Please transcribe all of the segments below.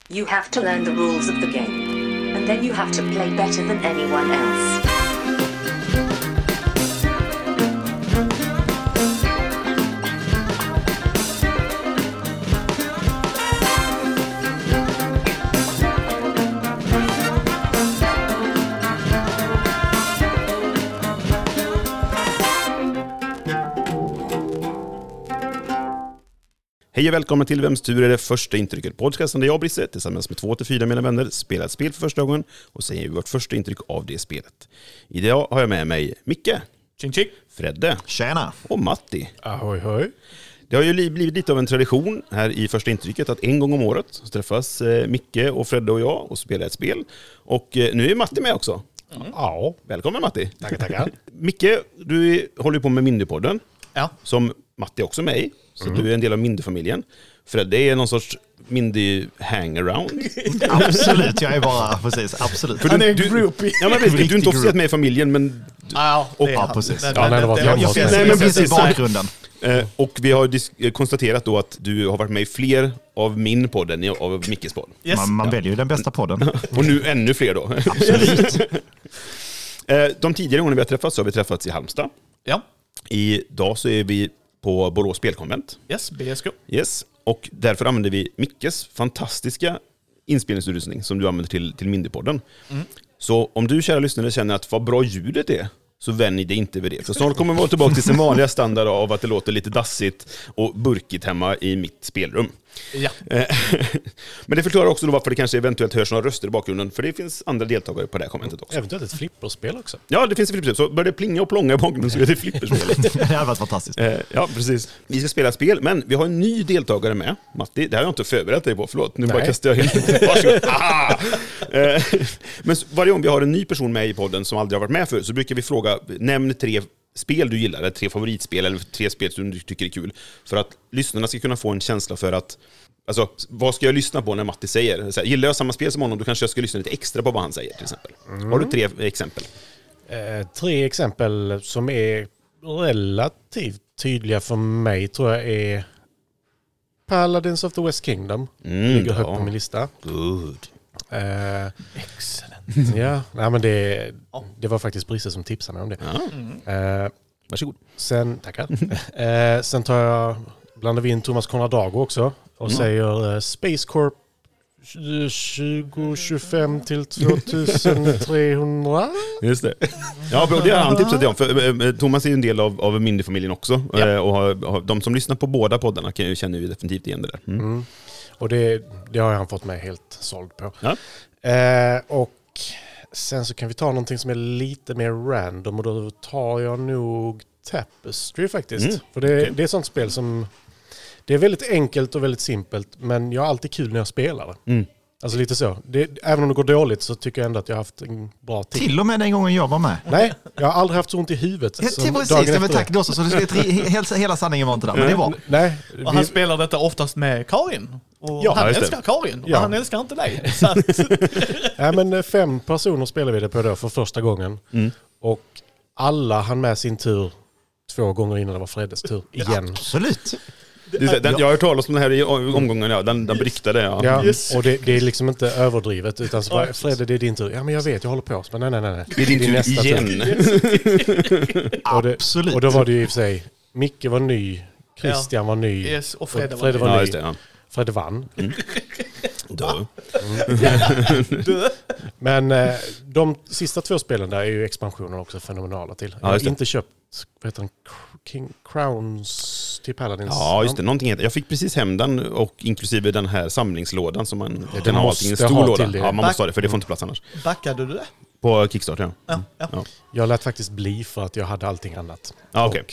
You have to learn the rules of the game. And then you have to play better than anyone else. Hej och välkommen till Vems tur är det första intrycket. Podcasten där jag och Brisse tillsammans med 2-4 mina vänner spelar ett spel för första gången och säger vårt första intryck av det spelet. Idag har jag med mig Micke, Ching ching. Fredde, tjena och Matti. Ahoy hoj. Det har ju blivit lite av en tradition här i första intrycket att en gång om året så träffas Micke och Fredde och jag och spelar ett spel. Och nu är Matti med också. Ja. Välkommen Matti. Tackar. Micke, du håller på med Mindypodden. Ja. Som Matti också är med i. Så du är en del av Mindy-familjen. Fredde är någon sorts Mindy-hangaround. Absolut, jag är bara, precis, absolut. Han är groupie. Ja, men precis, du är inte officiellt med i familjen, men... Ja, precis. Nej, men precis. Bakgrunden. Och vi har konstaterat då att du har varit med i fler av min podd än av Mickes podd. Yes. Man väljer ju den bästa podden. Och nu ännu fler då. Absolut. De tidigare gångerna vi har träffats så har vi träffats i Halmstad. Ja. Idag så är vi på Borås spelkonvent. Yes, BSK. Yes. Och därför använder vi Mickes fantastiska inspelningsutrustning som du använder till Mindypodden. Så om du, kära lyssnare, känner att vad bra ljudet är, så vänj dig inte vid det. För snart kommer vi vara tillbaka till sin vanliga standard av att det låter lite dassigt och burkigt hemma i mitt spelrum. Ja. Men det förklarar också då varför det kanske eventuellt hörs några röster i bakgrunden, för det finns andra deltagare på det här kommentet också. Eventuellt ett flipperspel också. Ja, det finns ett flipperspel. Så börjar det plinga och plånga i bakgrunden så är det flipperspelet. Det har varit fantastiskt. Ja, precis. Vi ska spela spel, men vi har en ny deltagare med. Matti, det här har jag inte förberett dig på, förlåt. Nu bara kastar jag in. Varsågod. Men varje gång vi har en ny person med i podden som aldrig har varit med för, så brukar vi fråga, nämn 3 spel du gillar, eller 3 favoritspel, eller 3 spel som du tycker är kul. För att lyssnarna ska kunna få en känsla för att, alltså, vad ska jag lyssna på när Matti säger? Så här, gillar jag samma spel som honom, då kanske jag ska lyssna lite extra på vad han säger, till exempel. Har du 3 exempel? 3 exempel som är relativt tydliga för mig tror jag är Paladins of the West Kingdom. Ligger högt på min lista. Good. Excellent. Ja, nej, men det var faktiskt Brisse som tipsade mig om det. Varsågod. Tackar. Sen blandar vi in Thomas Conradago också och säger Space Corp 2025 till 2300. Just det. Ja, bra, det har han tipsat om. För Thomas är ju en del av Mindy-familjen också. Ja. Och de som lyssnar på båda poddarna känner ju definitivt igen det där. Och det har han fått mig helt såld på. Ja. Och sen så kan vi ta någonting som är lite mer random, och då tar jag nog Tapestry faktiskt. För det är ett sånt spel som det är väldigt enkelt och väldigt simpelt, men jag har alltid kul när jag spelar det. Alltså lite så. Även om det går dåligt så tycker jag ändå att jag har haft en bra tid. Till och med den gången jag var med. Nej, jag har aldrig haft så ont i huvudet. Precis, men tack då, så du ska hela sanningen var inte där, men det var. Nej, Och han spelar detta oftast med Karin. Och han älskar Karin, och han älskar inte dig. Så att... ja, men 5 personer spelar vi det på då för första gången. Och alla hann med sin tur 2 gånger innan det var Freddes tur igen. Absolut. Jag har hört talas om den här i omgången, den beryktade. Ja. Och det är liksom inte överdrivet, utan så bara, Fredde, det är din tur. Ja, men jag vet, jag håller på. Men nej. Det är din tur nästa igen. Absolut. Och då var det ju i och för sig, Micke var ny, Christian var ny. Yes, och Fredde var Ja, ny. just det, ja. Fredde vann. Men de sista 2 spelen där är ju expansionen också fenomenala till. Jag har inte köpt, vad heter den, King Crowns till Paladins. Ja, just det. Någonting heter. Jag fick precis hem den, och inklusive den här samlingslådan som man Den kan ha allting i en stor låda. Ja, man måste ha det, för det får inte plats annars. Backade du det? På Kickstarter, ja. Jag lät faktiskt bli för att jag hade allting annat. Ja, okej.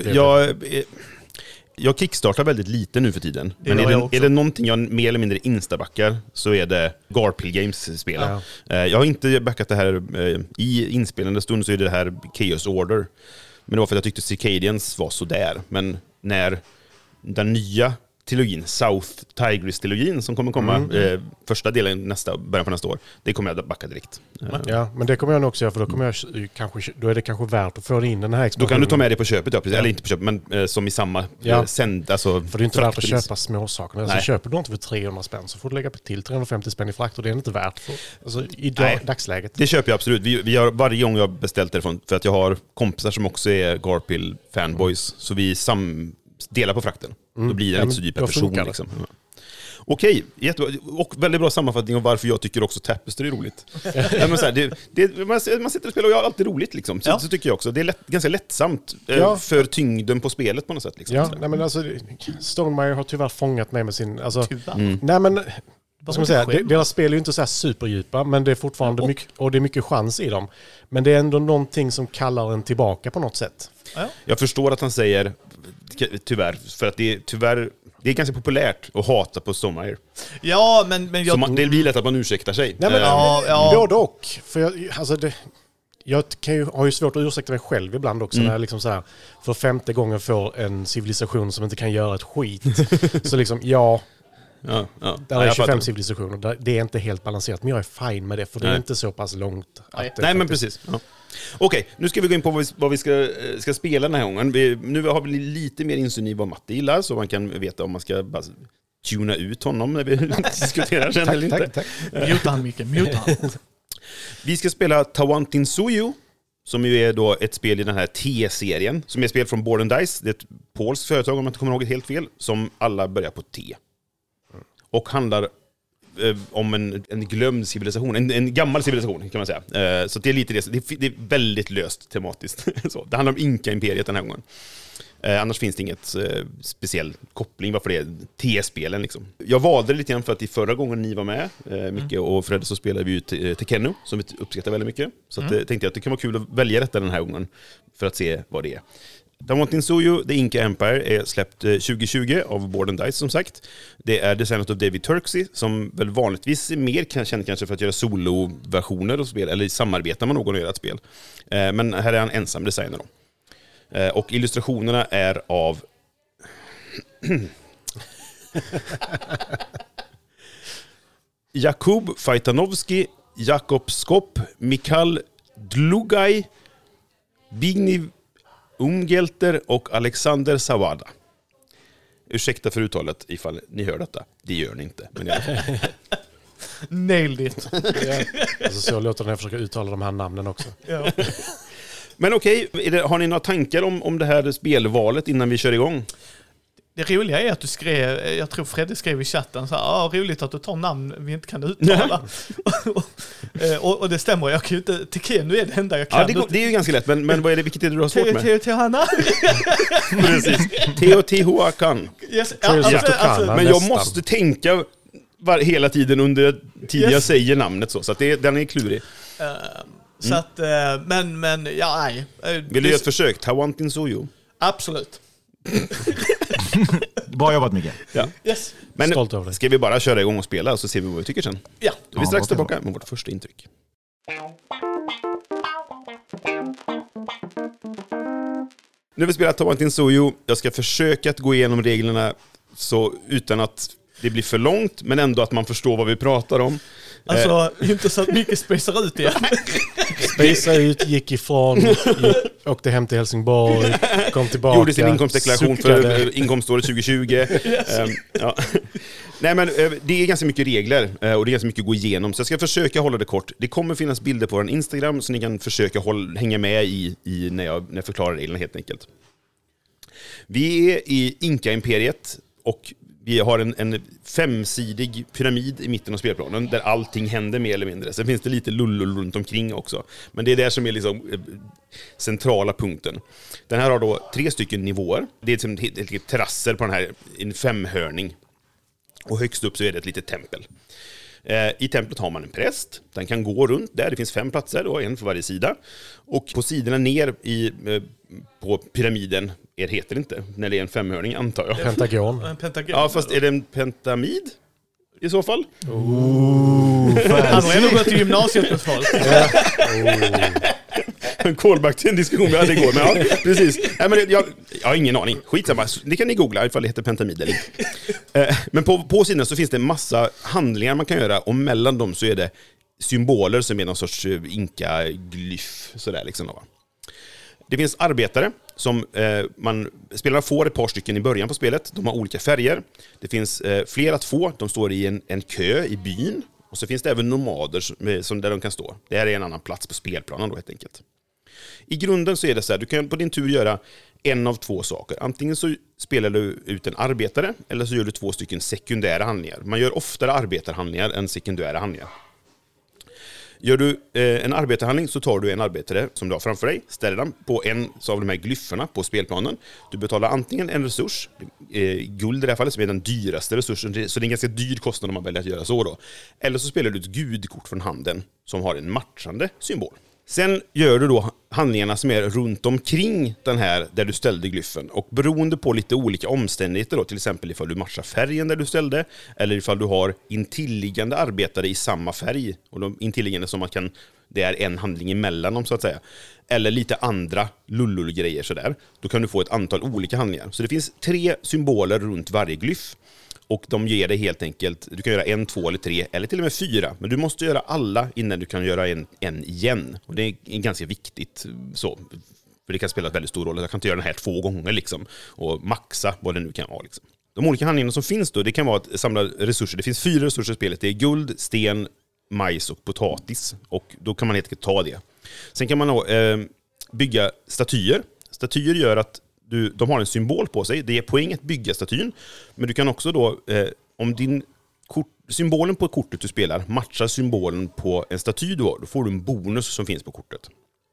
Jag kickstartar väldigt lite nu för tiden. Men är det någonting jag mer eller mindre instabackar, så är det Garphill Games-spelen. Jag har inte backat det här i inspelande stund, så är det här Chaos Order. Men det var för att jag tyckte Circadians var så där. Men när den nya trilogin, South Tigris-trilogin som kommer komma första delen början på nästa år. Det kommer jag backa direkt. Ja, men det kommer jag nog också göra, för då är det kanske värt att få in den här expansionen. Då kan du ta med det på köpet, ja, precis. Eller inte på köpet, men som i samma sänd. Alltså, för det är inte värt att köpa småsaker. Alltså, köper du inte för 300 spänn så får du lägga till 350 spänn i frakt, och det är inte värt i dagsläget. Det köper jag absolut. Vi har varje gång jag har beställt därifrån, för att jag har kompisar som också är Garphill-fanboys, så vi delar på frakten. Då blir det inte så dyrt per person. Liksom. Ja. Okej, jättebra. Och väldigt bra sammanfattning om varför jag tycker också Tapestry är roligt. Man sitter och spelar och jag har alltid roligt. Liksom. Så tycker jag också. Det är ganska lättsamt för tyngden på spelet på något sätt. Liksom. Ja, nej, men alltså, Stonemaier har tyvärr fångat mig med sin... Alltså, nej, men... Vad ska man säga? Deras spel är ju inte så här superdjupa, men det är fortfarande mycket, och det är mycket chans i dem. Men det är ändå någonting som kallar en tillbaka på något sätt. Jag förstår att han säger tyvärr, för att det är ganska populärt att hata på Stonemaier. Ja, men det blir lätt att man ursäktar sig. Nej, men både och. För jag har ju svårt att ursäkta mig själv ibland också när jag liksom så här, för 5:e gången får en civilisation som inte kan göra ett skit. Så liksom, där är 25 civilisationer. Det är inte helt balanserat, men jag är fine med det, för det är inte så pass långt. Nej, men precis. Ja. Okej, nu ska vi gå in på vad vi ska spela den här gången. Nu har vi lite mer insyn i vad Matte gillar, så man kan veta om man ska bara tuna ut honom när vi diskuterar sen eller inte. Tack. Muta han, Micke. Muta han. Vi ska spela Tawantinsuyu, som ju är då ett spel i den här T-serien, som är ett spel från Board & Dice. Det är ett polskt företag, om man inte kommer ihåg det helt fel, som alla börjar på T. Och handlar om en glömd civilisation, en gammal civilisation kan man säga. Så det är lite det är väldigt löst tematiskt. Så, det handlar om Inka-imperiet den här gången. Annars finns det inget speciell koppling varför det är T-spelen liksom. Jag valde det lite grann för att i förra gången ni var med, Micke och Fred, så spelade vi ut Tekkenu, som vi uppskattar väldigt mycket. Så att, tänkte jag att det kan vara kul att välja detta den här gången för att se vad det är. Tawantinsuyu, The Inca Empire, är släppt 2020 av Board & Dice som sagt. Det är designat av David Turksey, som väl vanligtvis är mer känd kanske för att göra solo-versioner av spel, eller samarbeta med någon och göra ett spel. Men här är han ensam designer då. Och illustrationerna är av Jakub Fajtanovski, Jakob Skop, Mikhail Dlugaj, Bigniv Umgelter och Alexander Zawada. Ursäkta för uttalet ifall ni hör detta. Det gör ni inte. Men nailed it. Alltså, så låter när jag försöker uttala de här namnen också. Ja. Men okej, har ni några tankar om det här spelvalet innan vi kör igång? Det roliga är att du skrev, jag tror Fredde skrev i chatten så här, roligt att du tar namn vi inte kan uttala. och det stämmer, jag kan ju inte, Tekkenu är det enda jag kan. Ja, det är ju ganska lätt, men vad är det, vilket är det du har svårt med? Teotihuacan. Precis, Teotihuacan. Yes, men jag måste tänka hela tiden under tiden jag säger namnet så att den är klurig. Så att, men ja, nej. Vill du göra ett försök? Tawantinsuyu? Absolut. Bra jobbat, Micke. Ja. Yes. Men ska vi bara köra igång och spela och så ser vi vad vi tycker sen? Ja. Då är vi strax tillbaka med vårt första intryck. Nu har vi spelat Tawantinsuyu. Jag ska försöka att gå igenom reglerna så utan att det blir för långt, men ändå att man förstår vad vi pratar om. Alltså, inte så att mycket spejsar ut igen. Spejsar ut, gick ifrån, åkte hem till Helsingborg, kom tillbaka. Gjorde sin inkomstdeklaration för inkomståret 2020. Yes. Ja. Nej, men det är ganska mycket regler och det är ganska mycket att gå igenom. Så jag ska försöka hålla det kort. Det kommer finnas bilder på vår Instagram så ni kan försöka hänga med i när jag förklarar reglerna helt enkelt. Vi är i Inka-imperiet och vi har en 5-sidig pyramid i mitten av spelplanen där allting händer mer eller mindre. Sen finns det lite lull runt omkring också. Men det är där som är liksom centrala punkten. Den här har då 3 stycken nivåer. Det är som ett terrasser på den här, en 5-hörning. Och högst upp så är det ett litet tempel. I templet har man en präst. Den kan gå runt där. Det finns 5 platser och en för varje sida. Och på sidorna ner på pyramiden heter det inte när det är en 5-hörning, antar jag. Pentagon. Ja, fast är det en pentamid i så fall? Han har ändå gått till gymnasiet med folk. en callback till en diskussion vi hade igår. Men ja, precis. Nej, men jag har ingen aning. Skitsamma. Det kan ni googla ifall det heter pentamid eller inte. Men på sidan så finns det en massa handlingar man kan göra. Och mellan dem så är det symboler som är någon sorts inka-glyf. Sådär liksom då, va? Det finns arbetare som spelarna får ett par stycken i början på spelet. De har olika färger. Det finns fler att få. De står i en kö i byn. Och så finns det även nomader som där de kan stå. Det här är en annan plats på spelplanen då helt enkelt. I grunden så är det så här, du kan på din tur göra en av två saker. Antingen så spelar du ut en arbetare eller så gör du 2 stycken sekundära handlingar. Man gör oftare arbetarhandlingar än sekundära handlingar. Gör du en arbetarhandling så tar du en arbetare som du har framför dig, ställer den på en av de här glyfferna på spelplanen. Du betalar antingen en resurs, guld i det här fallet som är den dyraste resursen, så det är en ganska dyr kostnad om man väljer att göra så då. Eller så spelar du ett gudkort från handen som har en matchande symbol. Sen gör du då handlingarna som är runt omkring den här där du ställde glyffen. Och beroende på lite olika omständigheter då, till exempel ifall du matchar färgen där du ställde, eller ifall du har intilliggande arbetare i samma färg, och de intilliggande som man kan, det är en handling emellan dem så att säga, eller lite andra lullul-grejer sådär, då kan du få ett antal olika handlingar. Så det finns 3 symboler runt varje glyff. Och de ger dig helt enkelt, du kan göra 1, 2 eller 3 eller till och med 4. Men du måste göra alla innan du kan göra en igen. Och det är ganska viktigt så. För det kan spela en väldigt stor roll. Jag kan inte göra den här 2 gånger liksom. Och maxa vad det nu kan vara liksom. De olika handlingarna som finns då, det kan vara att samla resurser. Det finns 4 resurser i spelet. Det är guld, sten, majs och potatis. Och då kan man helt enkelt ta det. Sen kan man då, bygga statyer. Statyer gör att de har en symbol på sig. Det är poäng att bygga statyn. Men du kan också då, om symbolen på kortet du spelar matchar symbolen på en staty du har, då får du en bonus som finns på kortet.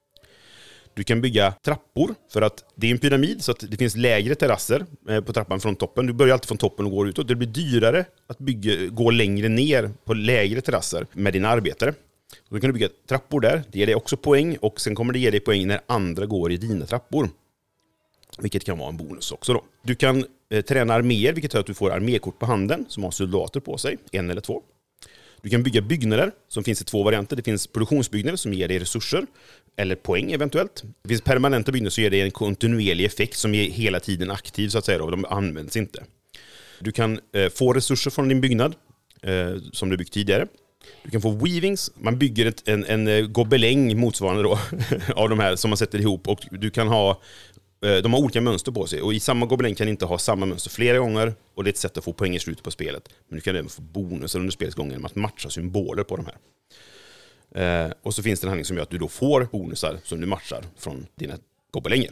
Du kan bygga trappor för att det är en pyramid så att det finns lägre terrasser på trappan från toppen. Du börjar alltid från toppen och går utåt. Det blir dyrare att gå längre ner på lägre terrasser med dina arbetare. Då kan du bygga trappor där. Det ger dig också poäng och sen kommer det ge dig poäng när andra går i dina trappor. Vilket kan vara en bonus också då. Du kan träna arméer, vilket gör att du får armékort på handen som har soldater på sig, 1 eller 2. Du kan bygga byggnader som finns i 2 varianter. Det finns produktionsbyggnader som ger dig resurser eller poäng eventuellt. Det finns permanenta byggnader som ger dig en kontinuerlig effekt som är hela tiden aktiv så att säga. Då. De används inte. Du kan få resurser från din byggnad som du byggt tidigare. Du kan få weavings. Man bygger en gobeläng motsvarande då av de här som man sätter ihop och du kan ha. De har olika mönster på sig och i samma gobeläng kan inte ha samma mönster flera gånger och det är ett sätt att få poäng i slutet på spelet. Men du kan även få bonusar under spelets gång genom att matcha symboler på de här. Och så finns det en handling som gör att du då får bonusar som du matchar från dina gobelänger.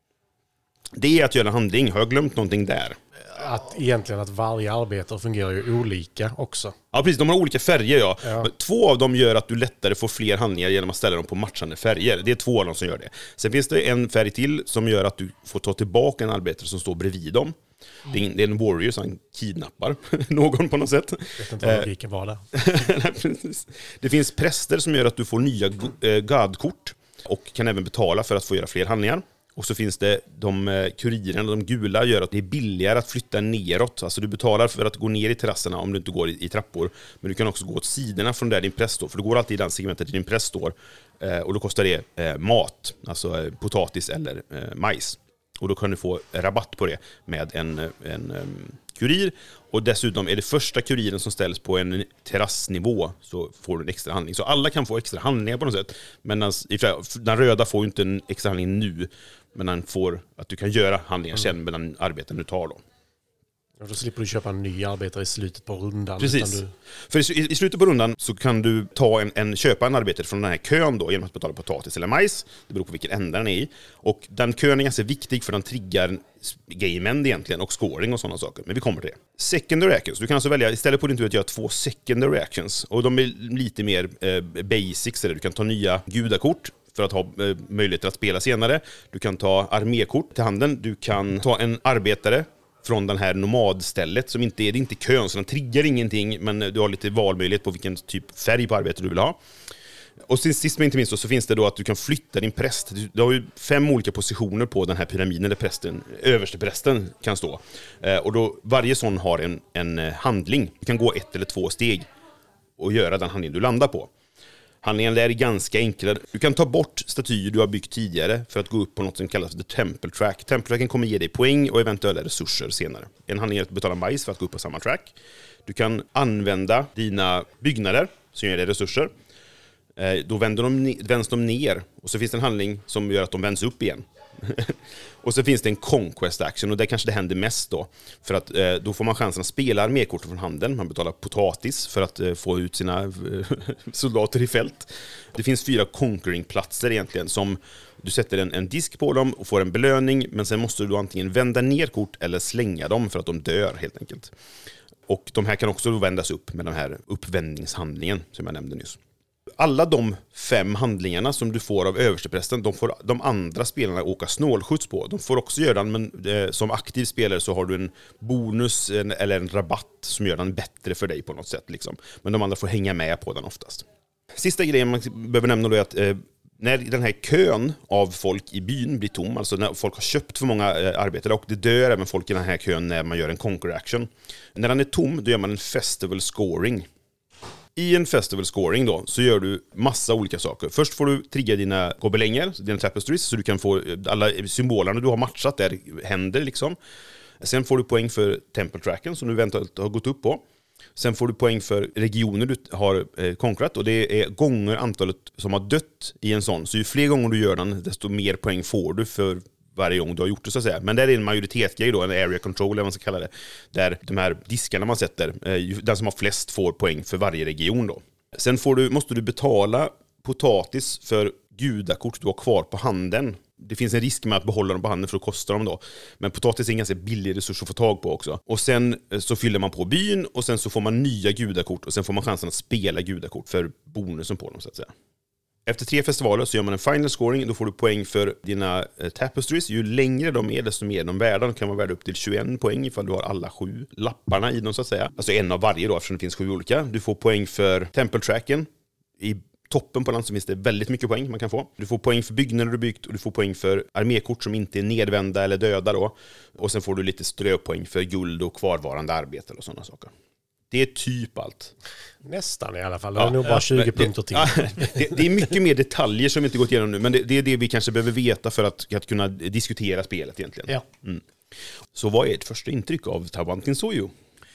Det är att göra en handling. Har jag glömt någonting där? Att varje arbetare fungerar ju olika också. Ja, precis. De har olika färger, ja. Men 2 av dem gör att du lättare får fler handlingar genom att ställa dem på matchande färger. Det är 2 av dem som gör det. Sen finns det en färg till som gör att du får ta tillbaka en arbetare som står bredvid dem. Det är en warrior som kidnappar någon på något sätt. Jag vet inte vad logiken var där. Precis. Det finns präster som gör att du får nya godkort och kan även betala för att få göra fler handlingar. Och så finns det de kurirerna, de gula, gör att det är billigare att flytta neråt. Alltså du betalar för att gå ner i terrasserna om du inte går i trappor. Men du kan också gå åt sidorna från där din press står. För du går alltid i den segmentet där din press står. Och då kostar det mat, alltså potatis eller majs. Och då kan du få rabatt på det med en kurir. Och dessutom är det första kuriren som ställs på en terrassnivå så får du en extra handling. Så alla kan få extra handlingar på något sätt. Men den röda får ju inte en extra handling nu. Men den får att du kan göra handlingar sen med den arbeten du tar då. Och då slipper du köpa en ny arbetare i slutet på rundan. Precis. För i slutet på rundan så kan du köpa en arbetare från den här kön då, genom att betala potatis eller majs. Det beror på vilken ända den är i. Och den kön är ganska viktig för den triggar game end egentligen och scoring och sådana saker. Men vi kommer till det. Secondary actions. Du kan alltså välja istället på din tur att göra 2 secondary actions. Och de är lite mer basics. Eller du kan ta nya gudakort för att ha möjligheter att spela senare. Du kan ta armékort till handen. Du kan ta en arbetare från den här nomadstället som det är inte kön, så den triggar ingenting, men du har lite valmöjlighet på vilken typ färg på arbete du vill ha. Och sist men inte minst så finns det då att du kan flytta din präst. Du har ju 5 olika positioner på den här pyramiden där överste prästen kan stå. Och då varje sån har en handling. Du kan gå 1 eller 2 steg och göra den handling du landar på. Handlingen där är ganska enklare. Du kan ta bort statyer du har byggt tidigare för att gå upp på något som kallas The Temple Track. Temple Tracken kommer ge dig poäng och eventuella resurser senare. En handling är att betala majs för att gå upp på samma track. Du kan använda dina byggnader som ger dig resurser. Då vänds de ner och så finns det en handling som gör att de vänds upp igen. Och så finns det en conquest action och där kanske det händer mest då. För att då får man chansen att spela armékorten från handeln. Man betalar potatis för att få ut sina soldater i fält. Det finns 4 conquering-platser egentligen som du sätter en disk på dem och får en belöning. Men sen måste du antingen vända ner kort eller slänga dem för att de dör helt enkelt. Och de här kan också då vändas upp med den här uppvändningshandlingen som jag nämnde nyss. Alla de 5 handlingarna som du får av översteprästen, de får de andra spelarna åka snålskjuts på. De får också göra den, men som aktiv spelare så har du en bonus eller en rabatt som gör den bättre för dig på något sätt. Liksom. Men de andra får hänga med på den oftast. Sista grejen man behöver nämna då är att när den här kön av folk i byn blir tom, alltså när folk har köpt för många arbetare och det dör även folk i den här kön när man gör en conquer action. När den är tom, då gör man en festival scoring. I en festival scoring då så gör du massa olika saker. Först får du trigga dina gobelänger, dina tapestries, så du kan få alla symbolerna du har matchat där händer liksom. Sen får du poäng för temple tracken som du eventuellt har gått upp på. Sen får du poäng för regioner du har konkurrat och det är gånger antalet som har dött i en sån. Så ju fler gånger du gör den, desto mer poäng får du för varje gång du har gjort det så att säga. Men där är en majoritetsgrej då, en area control eller vad man ska kalla det. Där de här diskarna man sätter, den som har flest får poäng för varje region då. Sen måste du betala potatis för gudakort du har kvar på handen. Det finns en risk med att behålla dem på handen för att kosta dem då. Men potatis är en ganska billig resurs att få tag på också. Och sen så fyller man på byn och sen så får man nya gudakort och sen får man chansen att spela gudakort för bonusen på dem så att säga. Efter 3 festivaler så gör man en final scoring. Då får du poäng för dina tapestries. Ju längre de är, desto mer de värda. De kan vara värda upp till 21 poäng ifall du har alla 7 lapparna i dem så att säga. Alltså en av varje då eftersom det finns 7 olika. Du får poäng för temple tracken. I toppen på den så finns det väldigt mycket poäng man kan få. Du får poäng för byggnader du byggt och du får poäng för armékort som inte är nedvända eller döda då. Och sen får du lite ströpoäng för guld och kvarvarande arbete och sådana saker. Det är typ allt. Nästan i alla fall. Det är nog bara 20 punkter till. Det är mycket mer detaljer som vi inte gått igenom nu. Men det är det vi kanske behöver veta för att kunna diskutera spelet egentligen. Ja. Mm. Så vad är ert första intryck av Tawantinsuyu?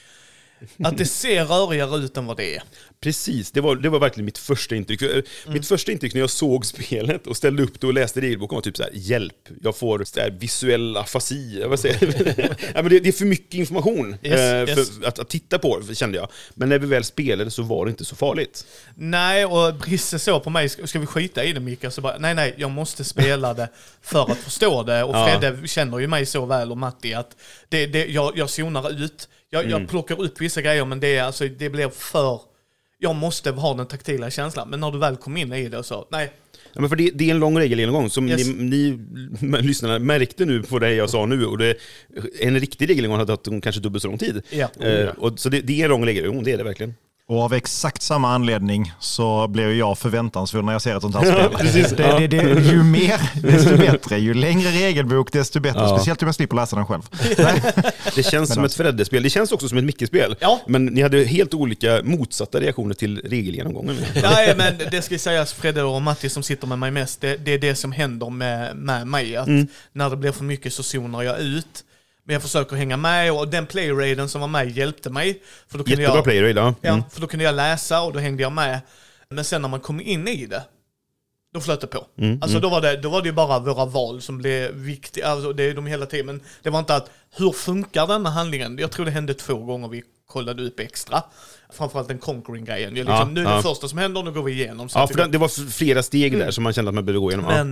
Att det ser rörigare ut än vad det är. Precis, det var verkligen mitt första intryck. Mitt första intryck när jag såg spelet och ställde upp det och läste regelboken var typ så här: hjälp, jag får så här visuell afasi. Ja, men det är för mycket information för att titta på, kände jag. Men när vi väl spelade så var det inte så farligt. Nej, och Brisse så på mig, ska vi skita i det Mika? Så bara, nej, jag måste spela det för att förstå det. Och Fredde känner ju mig så väl och Matti att jag zonar ut. Jag plockar upp vissa grejer, men det blir för... Jag måste ha den taktila känslan. Men när du väl kom in i det så... Nej. Ja, men för det är en lång regelgenomgång som ni lyssnarna märkte nu på det jag sa nu. Och en riktig regelgenomgång hade tagit kanske dubbelt så lång tid. Ja. Och så det är en lång regelgenomgång, det är det verkligen. Och av exakt samma anledning så blev jag förväntansfull när jag ser ett sånt här spel. Precis. Ju mer, desto bättre. Ju längre regelbok, desto bättre. Ja. Speciellt om jag slipper läsa den själv. Det känns som ett Fredde-spel. Det känns också som ett Micke-spel. Ja. Men ni hade helt olika motsatta reaktioner till regelgenomgången. Nej, men det ska sägas, Fredde och Matti som sitter med mig mest, det är det som händer med mig. Att när det blir för mycket så zonar jag ut. Men jag försöker hänga med och den playraiden som var med hjälpte mig. För då kunde jättebra playraid, ja. Ja, för då kunde jag läsa och då hängde jag med. Men sen när man kom in i det, då flöt det på. Då var det ju bara våra val som blev viktiga. Alltså det är de hela tiden. Men det var inte att, hur funkar den här handlingen? Jag tror det hände 2 gånger vi kollade upp extra. Framförallt den conquering-grejen. Nu är det första som händer, nu går vi igenom. Så för det var flera steg där som man kände att man behövde gå igenom.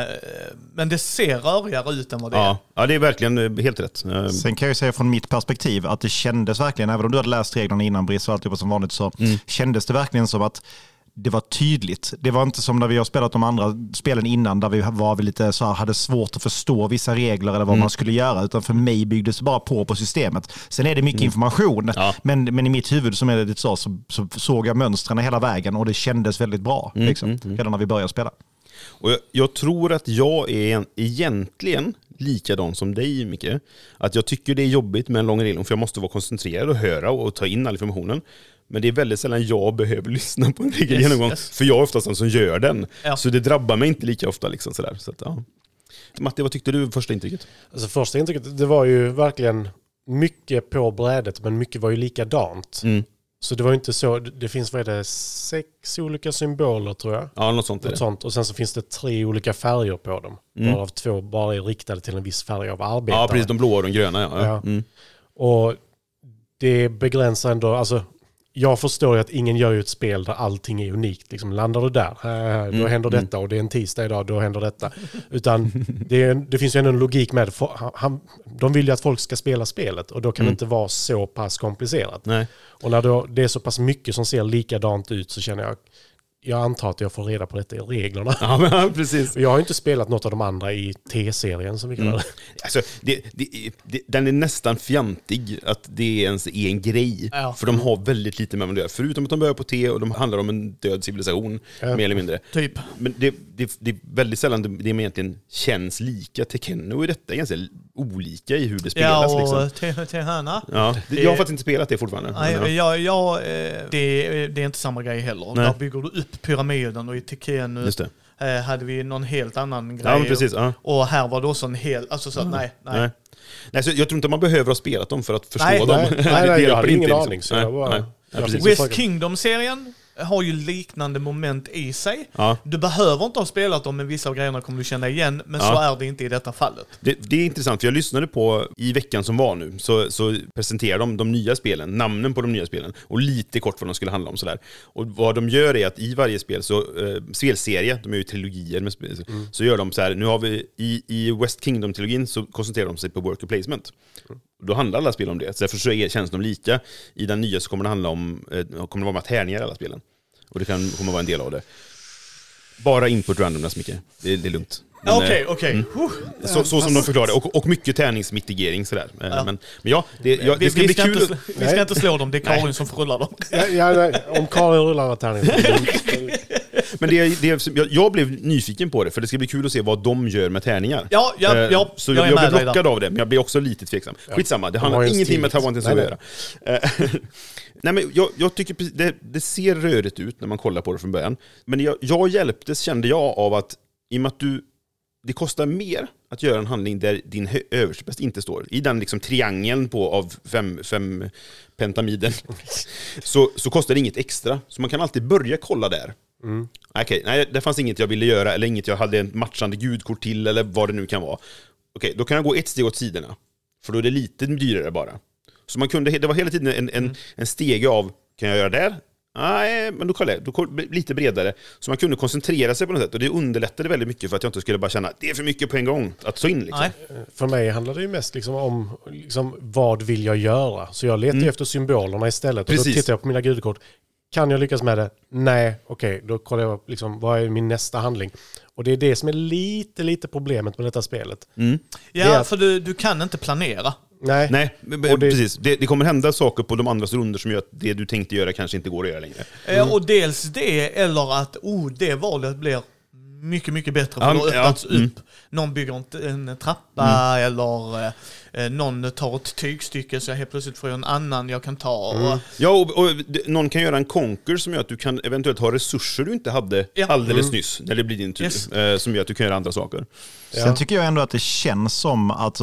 Men det ser rörigare ut än vad det är. Ja, det är verkligen helt rätt. Sen kan jag ju säga från mitt perspektiv att det kändes verkligen, även om du hade läst reglerna innan Briss och alltihopa som vanligt, så kändes det verkligen som att det var tydligt. Det var inte som när vi har spelat de andra spelen innan där vi var lite så här, hade svårt att förstå vissa regler eller vad man skulle göra, utan för mig byggdes det bara på systemet. Sen är det mycket information, men i mitt huvud som är det så såg jag mönstren hela vägen och det kändes väldigt bra redan när vi började spela. Och jag tror att jag är egentligen likadan som dig, Micke. Att jag tycker det är jobbigt med en lång regelgång för jag måste vara koncentrerad och höra och ta in all informationen. Men det är väldigt sällan jag behöver lyssna på en regelgenomgång. För jag är oftast den som gör den. Ja. Så det drabbar mig inte lika ofta. Liksom, sådär. Så att, ja. Matti, vad tyckte du första intrycket? Alltså första intrycket, det var ju verkligen mycket på brädet, men mycket var ju likadant. Så det var ju inte så, det finns 6 olika symboler tror jag. Ja, något sånt är det. Sånt. Och sen så finns det 3 olika färger på dem. Varav 2 bara är riktade till en viss färg av arbetare. Ja, precis, de blåa och de gröna. Ja. Och det begränsar ändå, alltså jag förstår ju att ingen gör ju ett spel där allting är unikt. Liksom, landar du där, då händer detta, och det är en tisdag idag, då händer detta. Utan det finns ju ändå en logik med det. De vill ju att folk ska spela spelet, och då kan det inte vara så pass komplicerat. Nej. Och när det är så pass mycket som ser likadant ut, så känner jag antar att jag får reda på detta i reglerna. Ja, men, precis. Jag har ju inte spelat något av de andra i T-serien som vi kallar det. Alltså, den är nästan fjantig att det ens är en grej. Ja. För de har väldigt lite med det. Förutom att de börjar på T och de handlar om en död civilisation, mer eller mindre. Typ. Men det är väldigt sällan det egentligen känns lika. Tekken, och detta är ganska olika i hur det spelas. Ja, och liksom. T-hörna. Ja, jag har faktiskt inte spelat det fortfarande. Nej, det är inte samma grej heller. Där bygger du upp pyramiden, och i Tekken hade vi någon helt annan grej. Ja, precis, och här var det också en helt... Alltså så, nej. Så jag tror inte man behöver ha spelat dem för att förstå dem. Nej, jag hade ingen aning. Så jag bara, West Kingdom-serien har ju liknande moment i sig. Ja. Du behöver inte ha spelat dem, men vissa av grejerna kommer du känna igen, men så är det inte i detta fallet. Det är intressant, för jag lyssnade på i veckan som var nu, så presenterar de nya spelen, namnen på de nya spelen, och lite kort vad de skulle handla om. Sådär. Och vad de gör är att i varje spel, så spelserie, de är ju trilogier med spel, så gör de så här, nu har vi i West Kingdom-trilogin så koncentrerar de sig på worker placement. Då handlar alla spel om det. Så därför så känns de lika. I den nya så kommer det handla om kommer det vara matärningar i alla spelen. Och det kommer vara en del av det. Bara input randomness, Micke. Det är lugnt. Okej. Så som de förklarar det. Och mycket tärningsmitigering sådär. Men ja, det ska bli kul. Vi ska inte slå dem, det är Karin som rullar dem. Om Karin rullar tärningar. Men jag blev nyfiken på det, för det ska bli kul att se vad de gör med tärningar. Ja, så jag blev blockad av det, men jag blir också lite tveksam. Skitsamma, det handlar ingenting med Taiwan att göra. Nej, men jag tycker det ser rörigt ut när man kollar på det från början. Men jag hjälptes, kände jag, av att i och med att det kostar mer att göra en handling där din överstepräst inte står. I den liksom triangeln av fem pentamiden så kostar det inget extra. Så man kan alltid börja kolla där. Nej, det fanns inget jag ville göra, eller inget jag hade en matchande gudkort till, eller vad det nu kan vara. Okej, då kan jag gå ett steg åt sidorna. För då är det lite dyrare bara. Så det var hela tiden en stege av, kan jag göra där? Nej, men då lite bredare. Så man kunde koncentrera sig på något sätt. Och det underlättade väldigt mycket för att jag inte skulle bara känna det är för mycket på en gång att ta in. Liksom. För mig handlar det ju mest om vad vill jag göra. Så jag letar efter symbolerna istället. Och Precis. då tittar jag på mina gudkort. Kan jag lyckas med det? Nej, okej. Då kollar jag vad är min nästa handling. Och det är det som är lite problemet med detta spelet. Ja, för du kan inte planera. Nej, precis. Det kommer hända saker på de andras runder som gör att det du tänkte göra kanske inte går att göra längre. Och dels det, eller att det valet blir mycket, mycket bättre, för då öppnats upp. Någon bygger en trappa, eller någon tar ett tygstycke så jag helt plötsligt får en annan jag kan ta. Och någon kan göra en conquer som gör att du kan eventuellt ha resurser du inte hade alldeles nyss när det blir din tur, som gör att du kan göra andra saker. Sen tycker jag ändå att det känns som att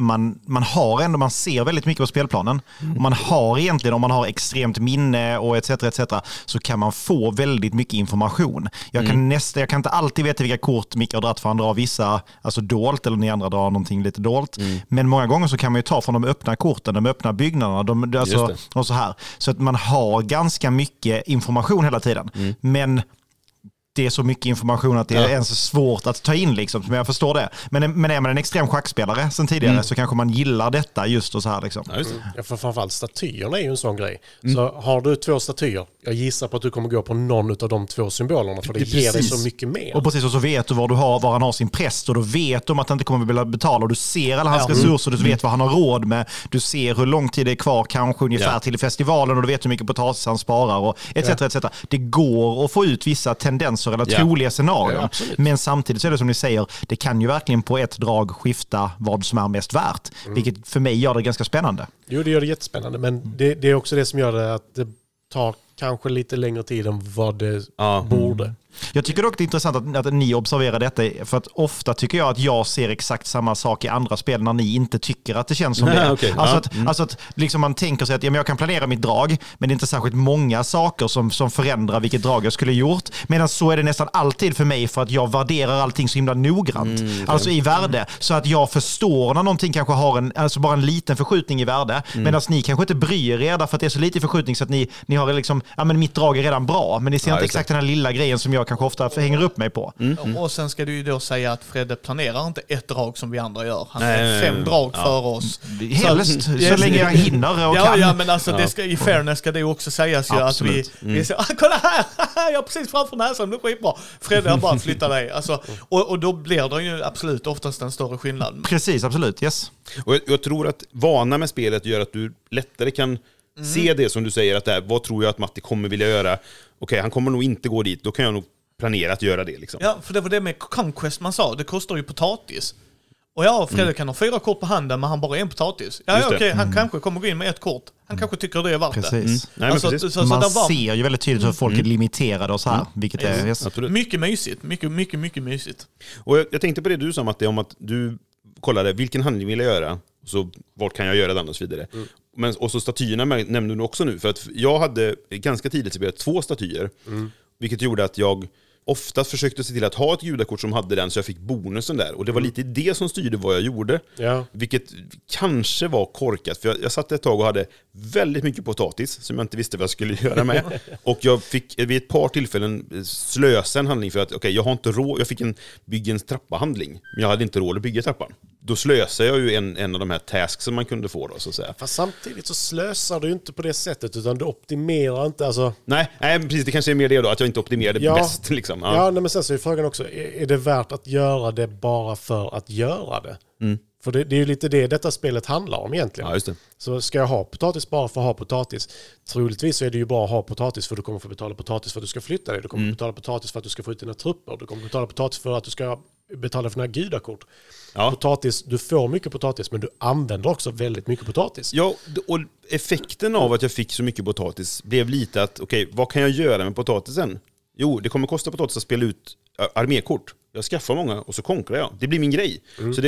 man ser väldigt mycket på spelplanen. Och man har egentligen, om man har extremt minne och etc. så kan man få väldigt mycket information. Jag kan inte alltid veta vilka kort Micke har dratt, för han drar vissa alltså dolt, eller ni andra drar någonting lite dolt. Men många gånger så kan man ju ta från de öppna korten, de öppna byggnaderna, och så här. Så att man har ganska mycket information hela tiden. Men det är så mycket information att det är ens svårt att ta in liksom, men jag förstår det. Men är man en extrem schackspelare sen tidigare så kanske man gillar detta just och så här liksom. Ja, för framförallt statyerna är ju en sån grej. Så har du 2 statyer, jag gissar på att du kommer gå på någon av de 2 symbolerna, för det ger dig så mycket mer. Och precis, och så vet du var han har sin präst, och då vet du att han inte kommer att vilja betala, och du ser alla hans resurser, du vet vad han har råd med, du ser hur lång tid det är kvar kanske ungefär till festivalen, och du vet hur mycket potatis han sparar och etc. Det går att få ut vissa tendenser eller troliga scenarier. Men samtidigt så är det som ni säger, det kan ju verkligen på ett drag skifta vad som är mest värt. Vilket för mig gör det ganska spännande. Jo, det gör det jättespännande. Men det är också det som gör det att tar kanske lite längre tid än vad det borde. Jag tycker dock det är intressant att ni observerar detta, för att ofta tycker jag att jag ser exakt samma sak i andra spel när ni inte tycker att det känns som det. Okay. Alltså att liksom man tänker sig att jag kan planera mitt drag, men det är inte särskilt många saker som förändrar vilket drag jag skulle gjort. Medan så är det nästan alltid för mig, för att jag värderar allting så himla noggrant. Alltså i värde, så att jag förstår när någonting kanske har bara en liten förskjutning i värde, medan ni kanske inte bryr er för att det är så lite förskjutning så att ni har liksom, men mitt drag är redan bra, men ni ser inte exakt den här lilla grejen som jag kanske ofta hänger upp mig på. Och sen ska du ju då säga att Fredde planerar inte ett drag som vi andra gör. Han har 5 drag för oss. Helst, så länge jag hinner och kan. Ja, men alltså i fairness ska det också sägas ju att vi säger, kolla här, jag har precis framför näsan, det är skitbra. Fredde har bara flyttat dig. Alltså, och då blir det ju absolut oftast en större skillnad. Precis, absolut, yes. Och jag tror att vana med spelet gör att du lättare kan se det som du säger, att vad tror jag att Matti kommer vilja göra. Okej, han kommer nog inte gå dit, då kan jag nog planera att göra det liksom. Ja, för det var det med Conquest man sa, det kostar ju potatis. Och Fredrik kan ha 4 kort på handen, men han bara en potatis. Han kanske kommer gå in med ett kort. Han kanske tycker det är värt precis. det. Precis. Man ser ju väldigt tydligt hur folk är limiterade och så här, vilket är absolut. Mycket mysigt. Mycket mysigt. Och jag tänkte på det du sa, Matti, om att du kollade vilken handling vill jag göra, så vart kan jag göra den och så vidare. Och så statyerna nämnde du också nu, för att jag hade ganska tidigt spelat 2 statyer, vilket gjorde att jag oftast försökte se till att ha ett gudakort som hade den, så jag fick bonusen där. Och det var lite det som styrde vad jag gjorde. Ja. Vilket kanske var korkat. För jag satt ett tag och hade väldigt mycket potatis som jag inte visste vad jag skulle göra med. Och jag fick vid ett par tillfällen slösa en handling för att jag har inte råd. Jag fick bygga en trappahandling, men jag hade inte råd att bygga trappan. Då slösade jag ju en av de här tasks som man kunde få då, så att säga. Fast samtidigt så slösar du inte på det sättet, utan du optimerar inte. Alltså... Nej, precis. Det kanske är mer det då, att jag inte optimerade bäst. Liksom. Men sen så är frågan också, är det värt att göra det bara för att göra det? För det är ju lite det detta spelet handlar om egentligen. Ja, just det. Så ska jag ha potatis bara för att ha potatis? Troligtvis så är det ju bra att ha potatis, för du kommer få betala potatis för att du ska flytta dig. Du kommer betala potatis för att du ska få ut dina trupper. Du kommer betala potatis för att du ska betala för dina gudakort. Ja. Potatis, du får mycket potatis, men du använder också väldigt mycket potatis. Ja, och effekten av att jag fick så mycket potatis blev lite att, vad kan jag göra med potatisen? Jo, det kommer kosta potatis att spela ut armékort. Jag skaffar många och så konkrar jag. Det blir min grej. Så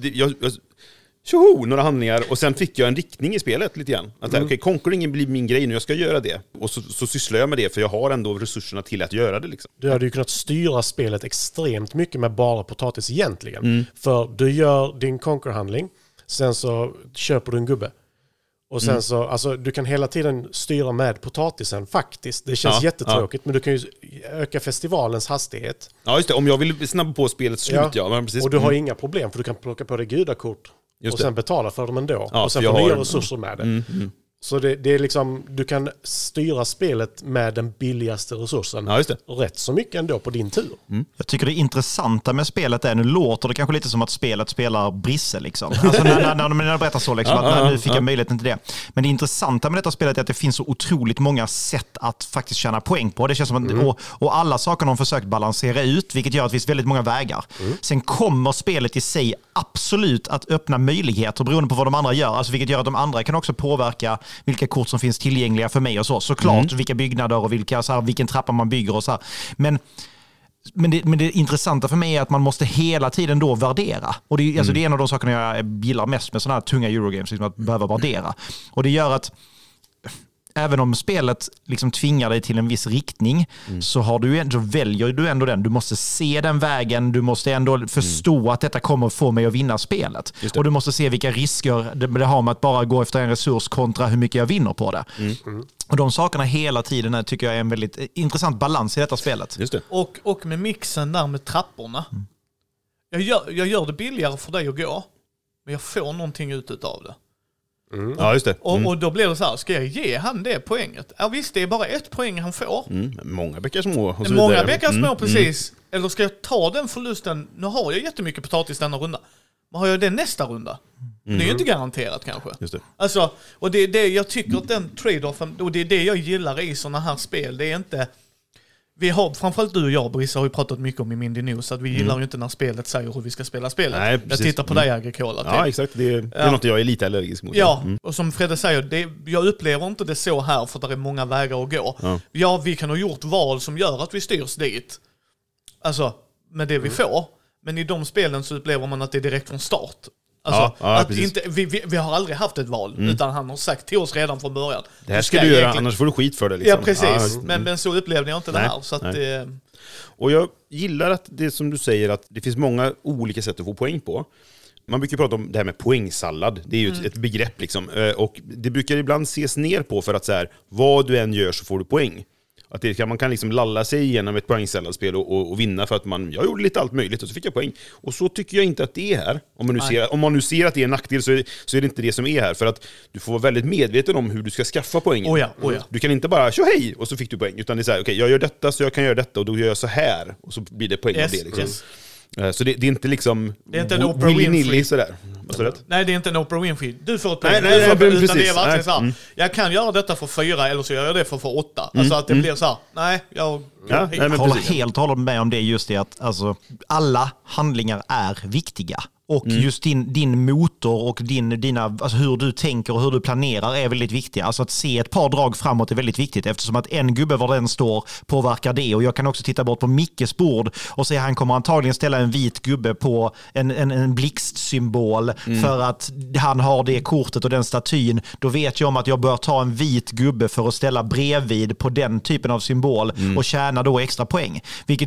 några handlingar, och sen fick jag en riktning i spelet lite grann. Att konkringen blir min grej nu, jag ska göra det. Och så sysslar jag med det, för jag har ändå resurserna till att göra det liksom. Du hade ju kunnat styra spelet extremt mycket med bara potatis egentligen. För du gör din conquer-handling, sen så köper du en gubbe. Och sen så, alltså du kan hela tiden styra med potatisen faktiskt. Det känns jättetråkigt, men du kan ju öka festivalens hastighet. Ja, just det. Om jag vill snabba på spelets slut, men precis. Och du har inga problem, för du kan plocka på dig gudakort och sen betala för dem ändå. Ja, och sen får du göra resurser med det. Så det är liksom, du kan styra spelet med den billigaste resursen rätt så mycket ändå på din tur. Jag tycker det intressanta med spelet är, nu låter det kanske lite som att spelet spelar Brisse liksom. Alltså när de berättar så liksom, att nu fick jag möjligheten till det. Men det intressanta med detta spelet är att det finns så otroligt många sätt att faktiskt tjäna poäng på. Det känns som att, och alla saker de försökt balansera ut, vilket gör att det finns väldigt många vägar. Sen kommer spelet i sig absolut att öppna möjligheter beroende på vad de andra gör. Alltså, vilket gör att de andra kan också påverka vilka kort som finns tillgängliga för mig och så. Såklart vilka byggnader och vilken trappa man bygger och så här. Men det intressanta för mig är att man måste hela tiden då värdera. Och det är en av de sakerna jag gillar mest med sådana här tunga Eurogames, liksom att behöva värdera. Och det gör att även om spelet liksom tvingar dig till en viss riktning, så väljer du ändå den. Du måste se den vägen, du måste ändå förstå att detta kommer få mig att vinna spelet. Och du måste se vilka risker det har med att bara gå efter en resurs kontra hur mycket jag vinner på det. Och de sakerna hela tiden tycker jag är en väldigt intressant balans i detta spelet. Just det. Och med mixen där med trapporna. Jag gör det billigare för dig att gå, men jag får någonting ut av det. Ja, just det. Och då blir det så här, ska jag ge han det poänget? Ja visst, det är bara ett poäng han får. Många bäckar små och så vidare. Många bäckar små, precis. Eller ska jag ta den förlusten? Nu har jag jättemycket potatis denna runda. Men har jag det nästa runda? Det är ju inte garanterat kanske. Just det. Alltså, och det är det jag tycker att den trade-offen, och det är det jag gillar i såna här spel, det är inte... vi har, framförallt du och jag, Brissa, har ju pratat mycket om i Mindy News att vi gillar ju inte när spelet säger hur vi ska spela spelet. Nej, jag precis. tittar på dig, Agricola. Ja, exakt. Det är något jag är lite allergisk mot. Ja, och som Fredde säger, jag upplever inte det så här för att det är många vägar att gå. Ja, vi kan ha gjort val som gör att vi styrs dit. Alltså, med det vi får. Men i de spelen så upplever man att det är direkt från start. Alltså, att inte, vi har aldrig haft ett val, utan han har sagt till oss redan från början. Det här ska du göra, annars får du skit för det. Liksom. Ja, precis. Men så upplevde jag inte det här. Så att, och jag gillar att det som du säger, att det finns många olika sätt att få poäng på. Man brukar prata om det här med poängsallad. Det är ju ett begrepp liksom. Och det brukar ibland ses ner på för att så här, vad du än gör så får du poäng. Att man kan liksom lalla sig igenom ett poängsalladspel och vinna för att jag gjorde lite allt möjligt och så fick jag poäng. Och så tycker jag inte att det är här. Om man nu ser att det är en nackdel så är det inte det som är här. För att du får vara väldigt medveten om hur du ska skaffa poängen. Oh ja. Du kan inte bara tjo hej och så fick du poäng. Utan det är så här, okej, jag gör detta så jag kan göra detta och då gör jag så här. Och så blir det poäng av det liksom. Yes. Så det är inte liksom det är inte en Oprah Winfrey sådär. Nej, det är inte en Oprah Winfrey. Du får ett poäng. Nej, utan precis. det är verkligen så här, jag kan göra detta för 4 eller så gör jag det för 8. Alltså att det blir så här, jag håller helt och hållet med om det, just det att alltså, alla handlingar är viktiga. Och just din motor och dina, alltså hur du tänker och hur du planerar är väldigt viktiga. Alltså att se ett par drag framåt är väldigt viktigt, eftersom att en gubbe var den står påverkar det. Och jag kan också titta bort på Mickes bord och se att han kommer antagligen ställa en vit gubbe på en blixtsymbol för att han har det kortet och den statyn. Då vet jag om att jag bör ta en vit gubbe för att ställa bredvid på den typen av symbol och tjäna då extra poäng. Vilket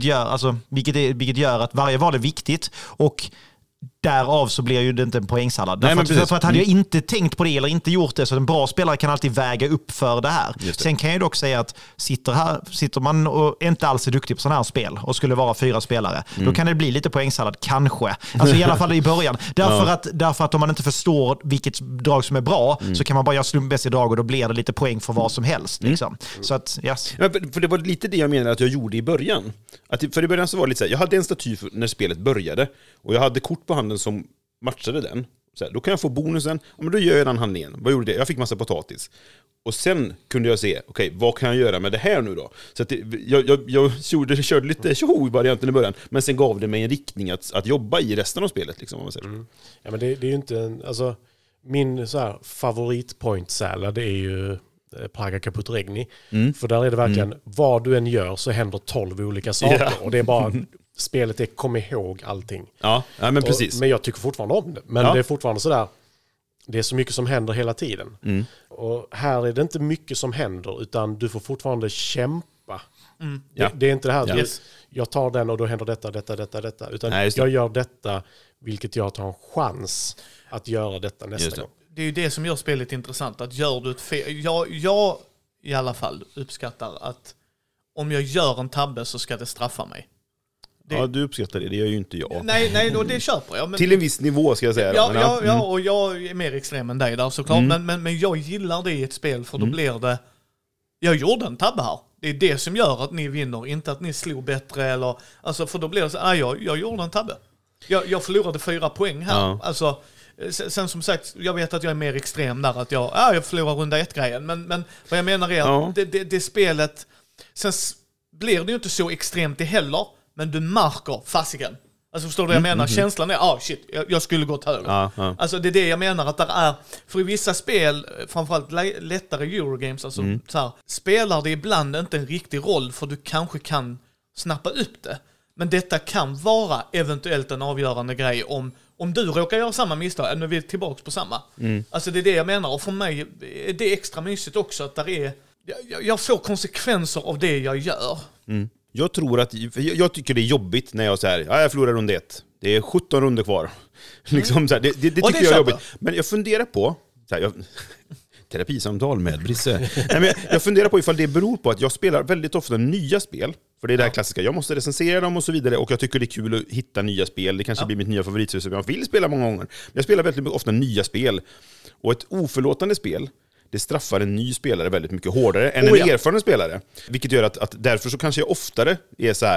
gör att varje val är viktigt, och därav så blir ju det inte en poängsallad. För att hade jag inte tänkt på det eller inte gjort det, så en bra spelare kan alltid väga upp för det här. Sen kan jag dock säga att sitter man och inte alls är duktig på sådana här spel och skulle vara 4 spelare, då kan det bli lite poängsallad, kanske. Alltså i alla fall i början. Därför att om man inte förstår vilket drag som är bra, så kan man bara göra slumpmässiga drag och då blir det lite poäng för vad som helst. Liksom. Så att, yes. För det var lite det jag menade att jag gjorde i början. För i början så var det lite så här, jag hade en staty när spelet började och jag hade kort på handen som matchade den. Så här, då kan jag få bonusen. Ja, men då gör jag den handlingen. Vad gjorde det? Jag fick massa potatis. Och sen kunde jag se, okej, vad kan jag göra med det här nu då? Så att jag körde lite tjoho-varianten i början. Men sen gav det mig en riktning att jobba i resten av spelet. Liksom, om man säger. Ja, men det är ju inte alltså, min så här, favorit-point-sallad är ju Praga Caput Regni. För där är det verkligen, vad du än gör så händer 12 olika saker. Och det är bara... Spelet är kom ihåg allting. Ja men precis. Men jag tycker fortfarande om det. Men det är fortfarande sådär, det är så mycket som händer hela tiden. Och här är det inte mycket som händer, utan du får fortfarande kämpa. Det är inte det här, jag tar den och då händer detta. Utan jag gör detta, vilket jag tar en chans att göra detta nästa gång. Det är ju det som gör spelet intressant. Att gör du ett fel... Jag i alla fall uppskattar att om jag gör en tabbe så ska det straffa mig. Ja, du uppskattar det gör ju inte jag. Nej, då det köper jag. Men, till en viss nivå ska jag säga. Ja, och jag är mer extrem än dig där såklart. Men jag gillar det i ett spel, för då blir det... Jag gjorde en tabbe här. Det är det som gör att ni vinner, inte att ni slog bättre eller... Alltså, för då blir det så jag gjorde en tabbe. Jag förlorade 4 poäng här. Ja. Alltså, sen som sagt, jag vet att jag är mer extrem där, att jag förlorar runda 1-grejen. Men vad jag menar är att det spelet... Sen blir det ju inte så extremt det heller. Men du märker fasiken. Alltså förstår du vad jag menar? Känslan är, jag skulle gått höger. Alltså det är det jag menar, att där är, för i vissa spel, framförallt lättare Eurogames, alltså så här, spelar det ibland inte en riktig roll, för du kanske kan snappa upp det. Men detta kan vara eventuellt en avgörande grej om du råkar göra samma misstag, nu är vi tillbaka på samma. Alltså det är det jag menar, och för mig är det extra mysigt också att där är, jag får konsekvenser av det jag gör. Jag tror att jag tycker det är jobbigt när jag säger jag förlorar runda 1. Det är 17 runder kvar. Liksom så här, det tycker jag är jobbigt. Men jag funderar på så här, terapisamtal med Brisse. Nej, men jag funderar på ifall det beror på att jag spelar väldigt ofta nya spel. För det är det här klassiska. Jag måste recensera dem och så vidare. Och jag tycker det är kul att hitta nya spel. Det kanske blir mitt nya favoritspel som jag vill spela många gånger. Men jag spelar väldigt ofta nya spel. Och ett oförlåtande spel, det straffar en ny spelare väldigt mycket hårdare än en erfaren spelare. Vilket gör att därför så kanske jag oftare är så här,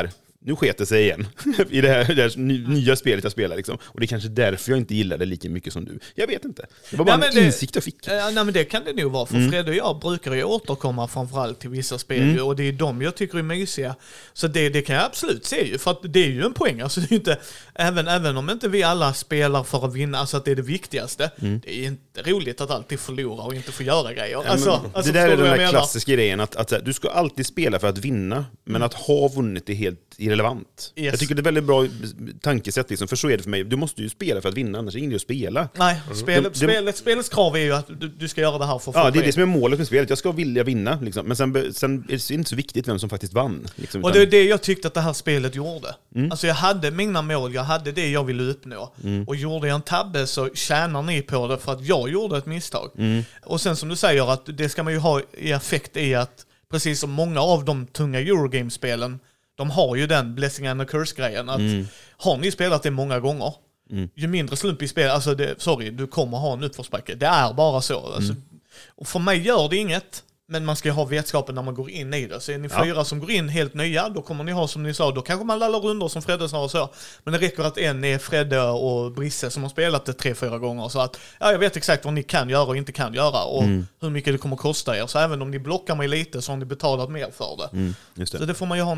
nu sket det sig igen i det här nya spelet jag spelar liksom. Och det är kanske därför jag inte gillar det lika mycket som du. Jag vet inte. Det var bara en insikt jag fick. Nej, men det kan det nog vara. För Fred och jag brukar ju återkomma framförallt till vissa spel. Och det är de jag tycker är mysiga. Så det kan jag absolut se ju. För att det är ju en poäng. Alltså det är inte, även om inte vi alla spelar för att vinna, alltså att det är det viktigaste. Det är inte roligt att alltid förlora och inte få göra grejer. Det där är den där klassiska grejen att du ska alltid spela för att vinna, men att ha vunnit är helt irrelevant. Yes. Jag tycker det är väldigt bra tankesätt liksom, för så är det för mig. Du måste ju spela för att vinna, annars är det ingen idé att spela. Nej, spelets krav är ju att du ska göra det här för att få det är det som är målet med spelet. Jag ska vilja vinna liksom. Men sen är det inte så viktigt vem som faktiskt vann liksom, och det är det jag tyckte att det här spelet gjorde. Alltså jag hade mina mål, jag hade det jag ville uppnå. Och gjorde jag en tabbe så tjänar ni på det för att jag gjorde ett misstag. Och sen som du säger att det ska man ju ha i effekt i att precis som många av de tunga Eurogame-spelen, de har ju den blessing and a curse-grejen att har ni spelat det många gånger, ju mindre slump i spel, alltså du kommer ha en utförsbacke. Det är bara så. Alltså, och för mig gör det inget, men man ska ju ha vetskapen när man går in i det. Så är ni 4 som går in helt nya, då kommer ni ha som ni sa, då kanske man lallar rundor som Fredde sa och så. Men det räcker att en är Fredde och Brisse som har spelat det 3-4 gånger. Så att jag vet exakt vad ni kan göra och inte kan göra och hur mycket det kommer att kosta er. Så även om ni blockar mig lite så har ni betalat mer för det. Just det. Så det får man ju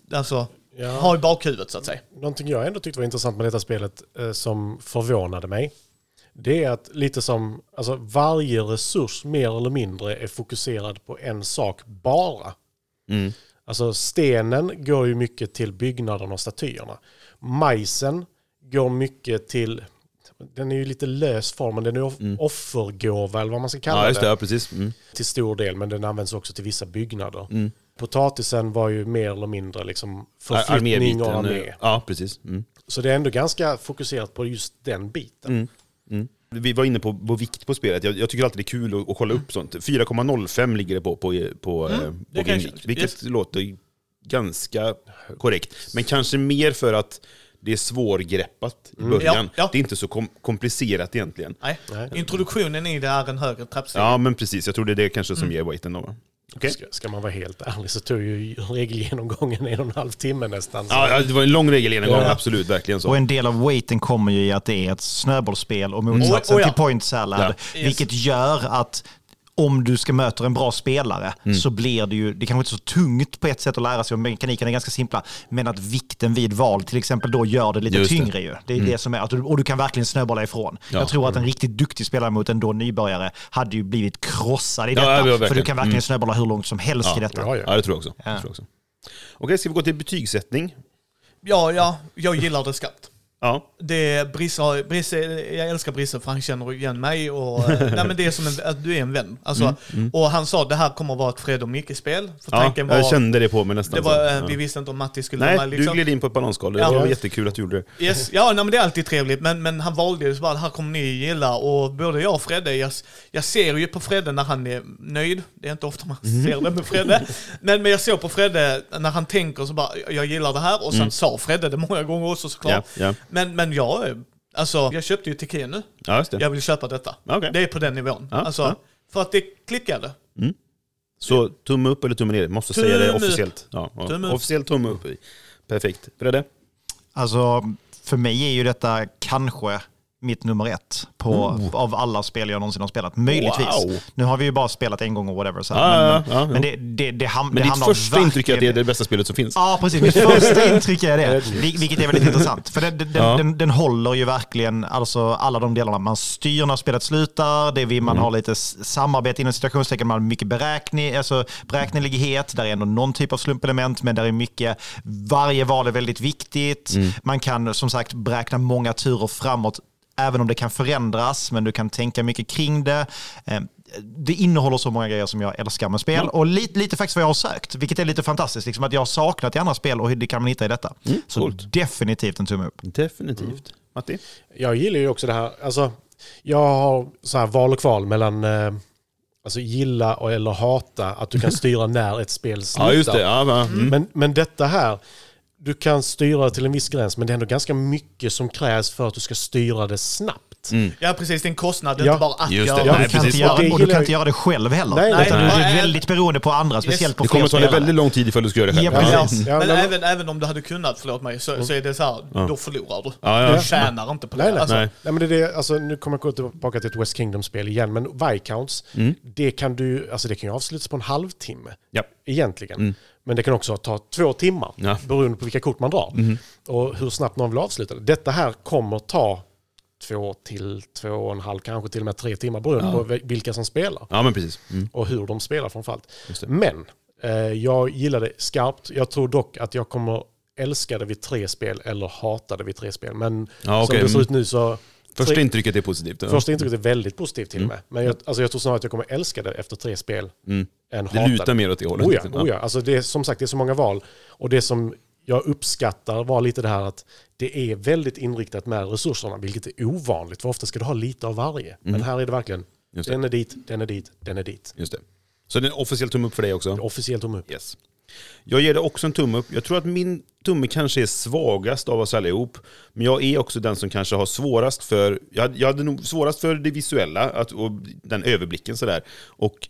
ha i bakhuvudet så att säga. Någonting jag ändå tyckte var intressant med detta spelet som förvånade mig, det är att lite som varje resurs mer eller mindre är fokuserad på en sak bara. Alltså stenen går ju mycket till byggnaderna och statyerna. Majsen går mycket till, den är ju lite lös form, men den är offergåva eller vad man ska kalla det. Ja, just det, precis. Till stor del, men den används också till vissa byggnader. Potatisen var ju mer eller mindre liksom förflyttning och armé. Ja, precis. Så det är ändå ganska fokuserat på just den biten. Vi var inne på vikt på spelet. Jag tycker alltid det är kul att kolla upp sånt. 4,05 ligger det på Gameweek, vilket låter ganska korrekt. Men kanske mer för att det är svårgreppat i början. Det är inte så komplicerat egentligen. Nej. Introduktionen i det är en högre trappsteg. Ja, men precis. Jag tror det är det kanske som ger weighten då. Okay. Ska man vara helt ärlig så tog ju regelgenomgången 1,5 timme nästan. Så. Ja, det var en lång regelgenomgång, absolut, verkligen så. Och en del av weighten kommer ju i att det är ett snöbollsspel och motsatsen till point salad, vilket gör att om du ska möta en bra spelare så blir det ju, det kanske inte är så tungt på ett sätt att lära sig, och mekaniken är ganska simpla, men att vikten vid val till exempel då gör det lite tyngre ju. Det är det som är, och du kan verkligen snöbolla ifrån. Jag tror att en riktigt duktig spelare mot en då nybörjare hade ju blivit krossad i detta, för du kan verkligen snöbolla hur långt som helst i detta. Ja, det tror jag också. Okej, ska vi gå till betygssättning? Ja, jag gillar det skarpt. Ja. Det är Brisse, jag älskar Brisse för han känner igen mig och nej, men det är som att du är en vän. Alltså, och han sa att det här kommer att vara ett Fred och Micke-spel. Jag kände det på mig nästan. Det var, vi visste inte om Matti skulle vara med. Liksom. Du gled in på ett bananskal. Det var jättekul att du gjorde det. Yes. Men det är alltid trevligt. Men han valde ju så bara, det här kommer ni gilla. Och både jag och Fredde, jag ser ju på Fredde när han är nöjd. Det är inte ofta man ser det med Fredde. men jag såg på Fredde när han tänker så bara, jag gillar det här. Och sen sa Fredde det många gånger också såklart. Ja. Men jag köpte ju Tekken nu. Ja, just det. Jag vill köpa detta. Okay. Det är på den nivån. För att det klickade. Så tumme upp eller tumme ner? Måste säga det officiellt. Officiellt tumme upp. Perfekt. Fredde? Alltså, för mig är ju detta kanske mitt nummer 1 av alla spel jag någonsin har spelat. Möjligtvis. Wow. Nu har vi ju bara spelat en gång och whatever. Så men det ditt första intryck är att det är det bästa spelet som finns. Ja, precis. Mitt första intryck är det. Vilket är väldigt intressant. För den håller ju verkligen alla de delarna. Man styr när spelet slutar. Det vill man ha lite samarbete inom situationstecken. Man har mycket beräknelighet. Där är ändå någon typ av slumpelement. Men där är mycket. Varje val är väldigt viktigt. Man kan som sagt beräkna många turer framåt. Även om det kan förändras, men du kan tänka mycket kring det. Det innehåller så många grejer som jag älskar med spel. Och lite faktiskt vad jag har sökt, vilket är lite fantastiskt. Liksom att jag har saknat i andra spel och det kan man hitta i detta. Så coolt. Definitivt en tumme upp. Definitivt. Matti? Jag gillar ju också det här. Alltså, jag har så här val och kval mellan gilla eller hata att du kan styra när ett spel slutar. Ja, just det. Men detta här, du kan styra till en viss gräns, men det är ändå ganska mycket som krävs för att du ska styra det snabbt. allt. Ja, precis. Det är en kostnad, inte bara att just det. göra. Ja, Du kan inte göra, och du kan inte göra det själv heller. Nej, Utan nej. du är väldigt beroende på andra, speciellt på Det fler kommer ta dig spelare. väldigt lång tid ifall du ska göra det själv. Ja, precis. Ja, Men men- även om du hade kunnat, förlåt mig, så är det så här, då förlorar du. Ja. Du tjänar inte på det. Nej, nej. Alltså, Nej. Nej, men det är det, alltså, nu kommer jag gå tillbaka till ett West Kingdom-spel igen, men Viscounts, det kan ju avslutas på en halvtimme Ja. egentligen. Men det kan också ta 2 timmar, Ja. beroende på vilka kort man drar. Och hur snabbt någon vill avsluta det. Detta här kommer ta 2 till 2,5, kanske till och med 3 timmar, beroende på vilka som spelar. Ja, men precis. Och hur de spelar framförallt. Just det. Men jag gillar det skarpt. Jag tror dock att jag kommer älska det vid 3 spel eller hata det vid 3 spel. Men Ja, okej. som det ser ut nu så... Första intrycket är positivt. Ja. Första intrycket är väldigt positivt till och med. Men jag tror snarare att jag kommer älska det efter 3 spel än hata Det lutar mer åt det hållet. Oh ja. Alltså det är, som sagt, det är så många val. Och det som jag uppskattar var lite det här att det är väldigt inriktat med resurserna, vilket är ovanligt. För ofta ska du ha lite av varje. Men här är det verkligen, Just det. den är dit, den är dit, den är dit. Just det. Så det är en officiell tumme upp för dig också? Officiellt tumme upp. Yes. Jag ger det också en tumme upp. Jag tror att min tumme kanske är svagast av oss allihop. Men jag är också den som kanske har svårast för... Jag hade nog svårast för det visuella och den överblicken sådär. Och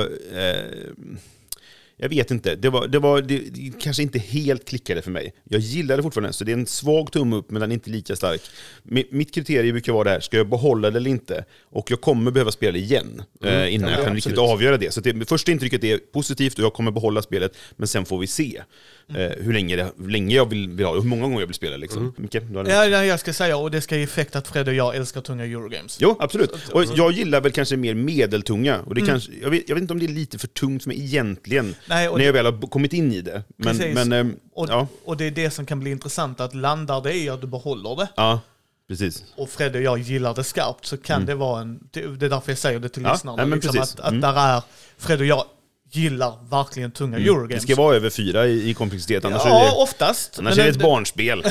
jag vet inte. Det kanske inte helt klickade för mig. Jag gillar det fortfarande, så det är en svag tumme upp, men den är inte lika stark. Mitt kriterium brukar vara det här: ska jag behålla det eller inte? Och jag kommer behöva spela det igen innan jag kan riktigt avgöra det. Så första intrycket är positivt och jag kommer behålla spelet, men sen får vi se hur länge jag vill ha, hur många gånger jag vill spela liksom. Micke, du har ja, jag ska säga, och det ska ge effekt att Fred och jag älskar tunga Eurogames. Jo, absolut. Och jag gillar väl kanske mer medeltunga. Och det kanske, jag vet inte om det är lite för tungt för mig egentligen. Nej, och när jag väl har kommit in i det. Men och det är det som kan bli intressant, att landar det i att du behåller det. Ja, precis. Och Fred och jag gillar det skarpt, så kan det vara det är därför jag säger det till lyssnarna. nej, men liksom, precis. att där är Fred och jag gillar verkligen tunga Eurogames. Det ska vara över 4 i komplexitet, annars ja, är det, oftast. annars är det ett barnspel.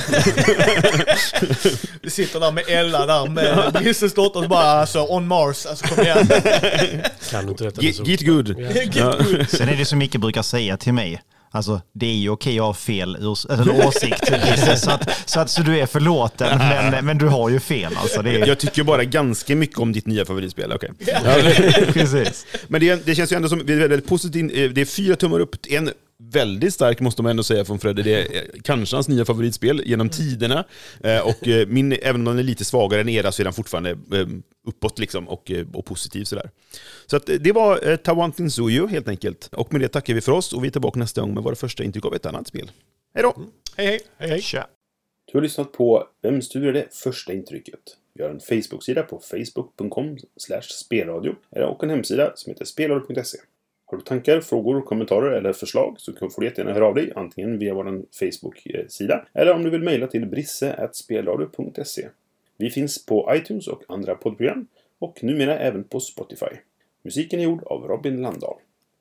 Vi sitter där med Ella där med Brisses dotter och bara alltså, on Mars, alltså kom igen. Kan du inte detta? Get good. Sen är det som Micke brukar säga till mig. Alltså, det är ju okej att ha fel åsikt, så du är förlåten, men du har ju fel. Alltså, det är... Jag tycker bara ganska mycket om ditt nya favoritspel, okej. Precis. Men det känns ju ändå som väldigt positivt. Det är 4 tummar upp. En väldigt stark, måste man ändå säga, från Fredde. Det är kanske hans nya favoritspel genom tiderna. Och även om den är lite svagare än era, så är den fortfarande uppåt liksom, och positiv sådär. Så att det var Tawantin Suyu helt enkelt. Och med det tackar vi för oss, och vi är tillbaka nästa gång med våra första intryck av ett annat spel. Hej då! Hej, hej. Tja. Du har lyssnat på Vem studerar det första intrycket? Vi har en Facebook-sida på facebook.com/spelradio och en hemsida som heter spelradio.se. Har du tankar, frågor, kommentarer eller förslag så får du jättegärna höra av dig, antingen via vår Facebook-sida eller om du vill mejla till brisse@spelradio.se. Vi finns på iTunes och andra poddprogram, och numera även på Spotify. Musiken är gjord av Robin Landahl.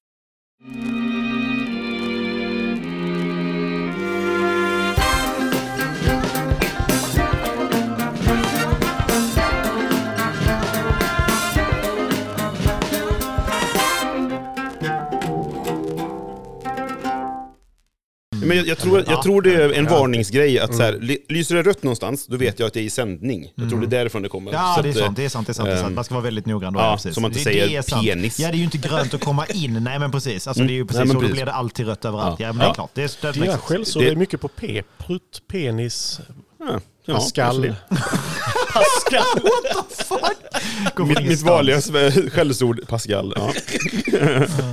Men jag tror det är en varningsgrej att så här, lyser det rött någonstans, då vet jag att det är i sändning. Jag tror det är därifrån det kommer. Ja, så det är att, sant. Man ska vara väldigt noggrann då. Ja, precis. så man inte det säger är sant. penis. Ja, det är ju inte grönt att komma in. Nej, men precis. Alltså, det är ju precis Nej, men så. Då precis. blir det alltid rött överallt. Ja. Ja, men det är klart. Det är Dina skällsord är mycket på P. Prutt, penis, Pascal. Pascal. What the fuck? Mitt vanliga skällsord, Pascal. Ja.